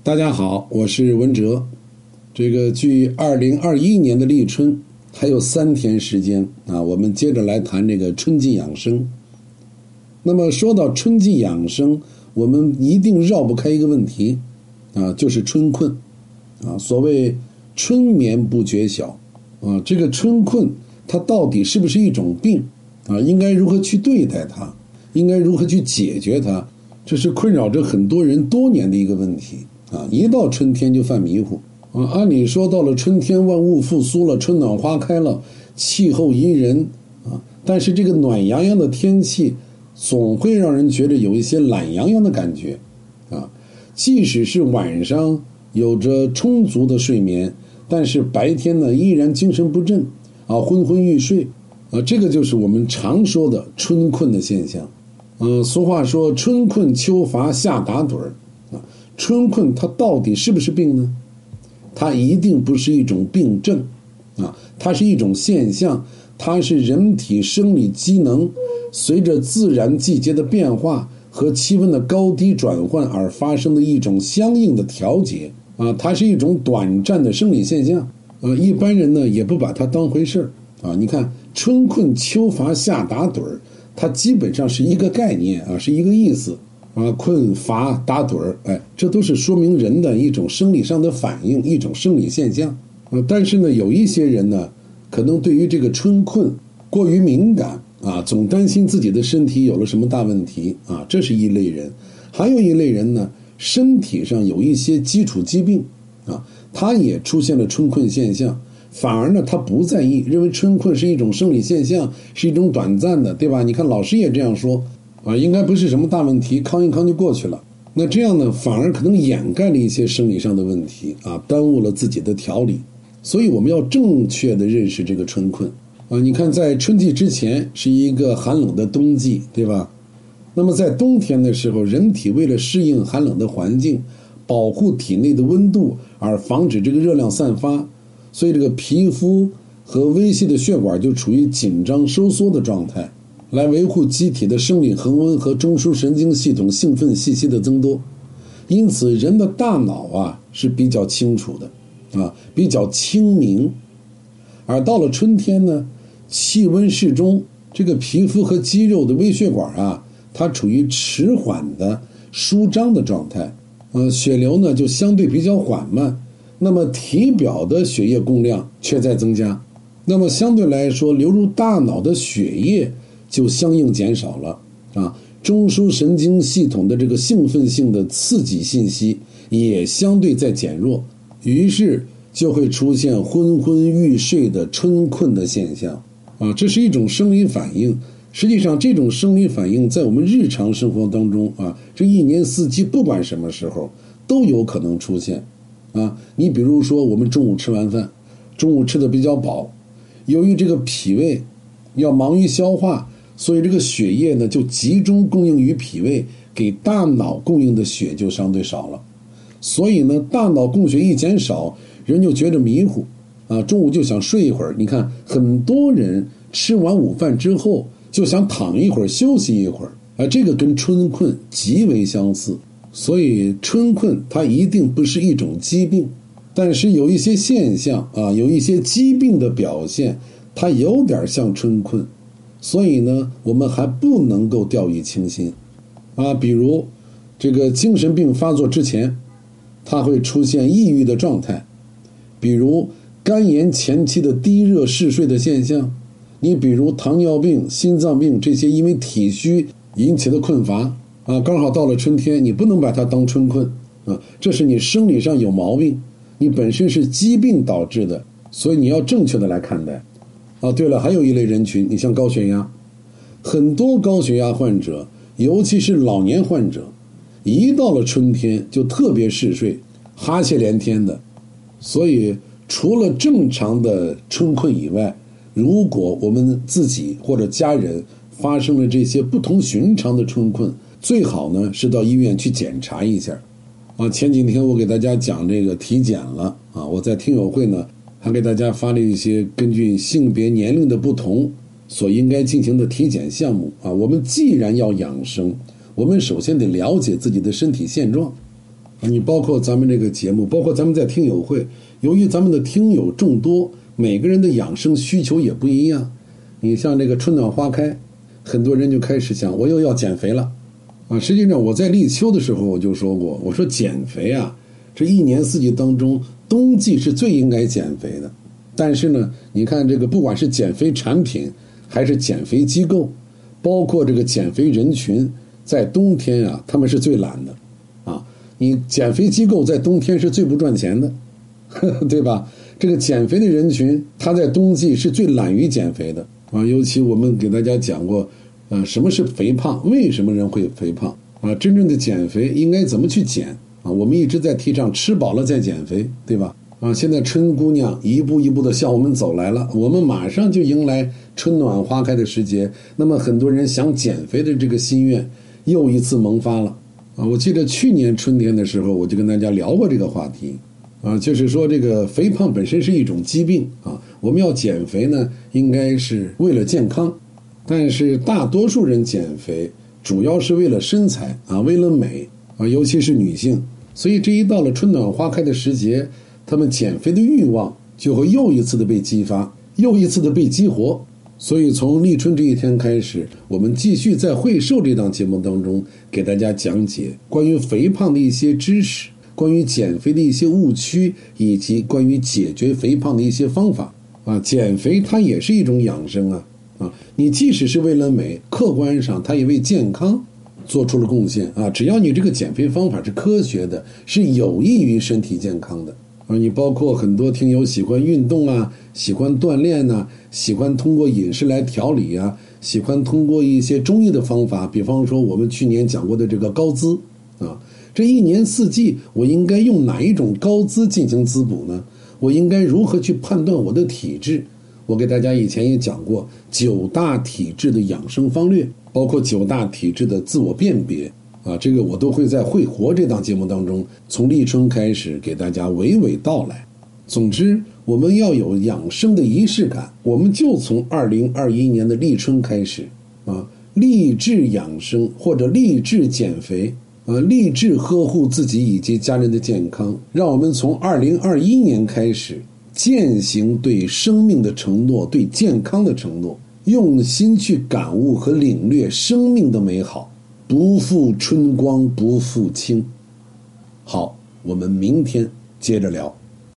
大家好，我是文哲。距2021年的立春还有3天时间啊，我们接着来谈这个春季养生。那么说到春季养生，我们一定绕不开一个问题啊，就是春困啊。所谓春眠不觉晓啊，这个春困它到底是不是一种病啊？应该如何去对待它？应该如何去解决它？这是困扰着很多人多年的一个问题啊！一到春天就犯迷糊啊！按理说到了春天，万物复苏了，春暖花开了，气候宜人啊，但是这个暖洋洋的天气总会让人觉得有一些懒洋洋的感觉啊！即使是晚上有着充足的睡眠，但是白天呢依然精神不振啊，昏昏欲睡啊，这个就是我们常说的春困的现象。俗话说春困秋乏夏打盹啊，春困它到底是不是病呢？它一定不是一种病症啊，它是一种现象，它是人体生理机能随着自然季节的变化和气温的高低转换而发生的一种相应的调节啊，它是一种短暂的生理现象一般人呢也不把它当回事啊。你看春困秋乏夏打盹它基本上是一个概念啊，是一个意思啊，困乏打盹这都是说明人的一种生理上的反应，一种生理现象但是呢，有一些人呢，可能对于这个春困过于敏感啊，总担心自己的身体有了什么大问题啊，这是一类人。还有一类人呢，身体上有一些基础疾病啊，他也出现了春困现象。反而呢，他不在意，认为春困是一种生理现象，是一种短暂的，对吧？你看老师也这样说啊，应该不是什么大问题，康一康就过去了。那这样呢，反而可能掩盖了一些生理上的问题啊，耽误了自己的调理。所以我们要正确的认识这个春困啊。你看，在春季之前是一个寒冷的冬季，对吧？那么在冬天的时候，人体为了适应寒冷的环境，保护体内的温度，而防止这个热量散发。所以这个皮肤和微细的血管就处于紧张收缩的状态，来维护机体的生理恒温和中枢神经系统兴奋信息的增多。因此人的大脑啊是比较清楚的啊，比较清明。而到了春天呢，气温适中，这个皮肤和肌肉的微血管啊，它处于迟缓的舒张的状态血流呢就相对比较缓慢，那么体表的血液供量却在增加，那么相对来说流入大脑的血液就相应减少了啊，中枢神经系统的这个兴奋性的刺激信息也相对在减弱，于是就会出现昏昏欲睡的春困的现象啊，这是一种生理反应。实际上这种生理反应在我们日常生活当中啊，这一年四季不管什么时候都有可能出现啊。你比如说我们中午吃完饭，中午吃的比较饱，由于这个脾胃要忙于消化，所以这个血液呢就集中供应于脾胃，给大脑供应的血就相对少了。所以呢，大脑供血一减少，人就觉得迷糊啊，中午就想睡一会儿。你看很多人吃完午饭之后就想躺一会儿休息一会儿啊，这个跟春困极为相似。所以春困它一定不是一种疾病，但是有一些现象啊，有一些疾病的表现，它有点像春困，所以呢，我们还不能够掉以轻心啊。比如这个精神病发作之前，它会出现抑郁的状态，比如肝炎前期的低热嗜睡的现象，你比如糖尿病、心脏病这些因为体虚引起的困乏啊，刚好到了春天，你不能把它当春困啊，这是你生理上有毛病，你本身是疾病导致的，所以你要正确的来看待啊。对了，还有一类人群，你像高血压，很多高血压患者，尤其是老年患者，一到了春天就特别嗜睡，哈欠连天的。所以除了正常的春困以外，如果我们自己或者家人发生了这些不同寻常的春困，最好呢是到医院去检查一下啊。前几天我给大家讲这个体检了啊，我在听友会呢还给大家发了一些根据性别年龄的不同所应该进行的体检项目啊。我们既然要养生，我们首先得了解自己的身体现状你包括咱们这个节目，包括咱们在听友会，由于咱们的听友众多，每个人的养生需求也不一样。你像这个春暖花开，很多人就开始想，我又要减肥了啊！实际上我在立秋的时候我就说过，我说减肥啊，这一年四季当中，冬季是最应该减肥的。但是呢，你看这个不管是减肥产品还是减肥机构，包括这个减肥人群，在冬天啊，他们是最懒的啊！你减肥机构在冬天是最不赚钱的，对吧？这个减肥的人群，他在冬季是最懒于减肥的啊！尤其我们给大家讲过，什么是肥胖？为什么人会肥胖？啊，真正的减肥应该怎么去减？啊，我们一直在提倡吃饱了再减肥，对吧？啊，现在春姑娘一步一步的向我们走来了，我们马上就迎来春暖花开的时节。那么很多人想减肥的这个心愿又一次萌发了啊！我记得去年春天的时候，我就跟大家聊过这个话题啊，就是说这个肥胖本身是一种疾病啊，我们要减肥呢，应该是为了健康，但是大多数人减肥主要是为了身材啊，为了美啊，尤其是女性。所以这一到了春暖花开的时节，他们减肥的欲望就会又一次的被激发，又一次的被激活。所以从立春这一天开始，我们继续在会瘦这档节目当中给大家讲解关于肥胖的一些知识，关于减肥的一些误区，以及关于解决肥胖的一些方法啊。减肥它也是一种养生啊，你即使是为了美，客观上它也为健康做出了贡献啊。只要你这个减肥方法是科学的，是有益于身体健康的啊。你包括很多听友喜欢运动啊，喜欢锻炼啊，喜欢通过饮食来调理啊，喜欢通过一些中医的方法，比方说我们去年讲过的这个高滋啊，这一年四季我应该用哪一种高滋进行滋补呢？我应该如何去判断我的体质？我给大家以前也讲过9大体质的养生方略，包括9大体质的自我辨别啊，这个我都会在会活这档节目当中从立春开始给大家娓娓道来。总之我们要有养生的仪式感，我们就从2021年的立春开始啊，立志养生或者立志减肥啊，立志呵护自己以及家人的健康。让我们从2021年开始践行对生命的承诺，对健康的承诺，用心去感悟和领略生命的美好，不负春光不负卿。好，我们明天接着聊。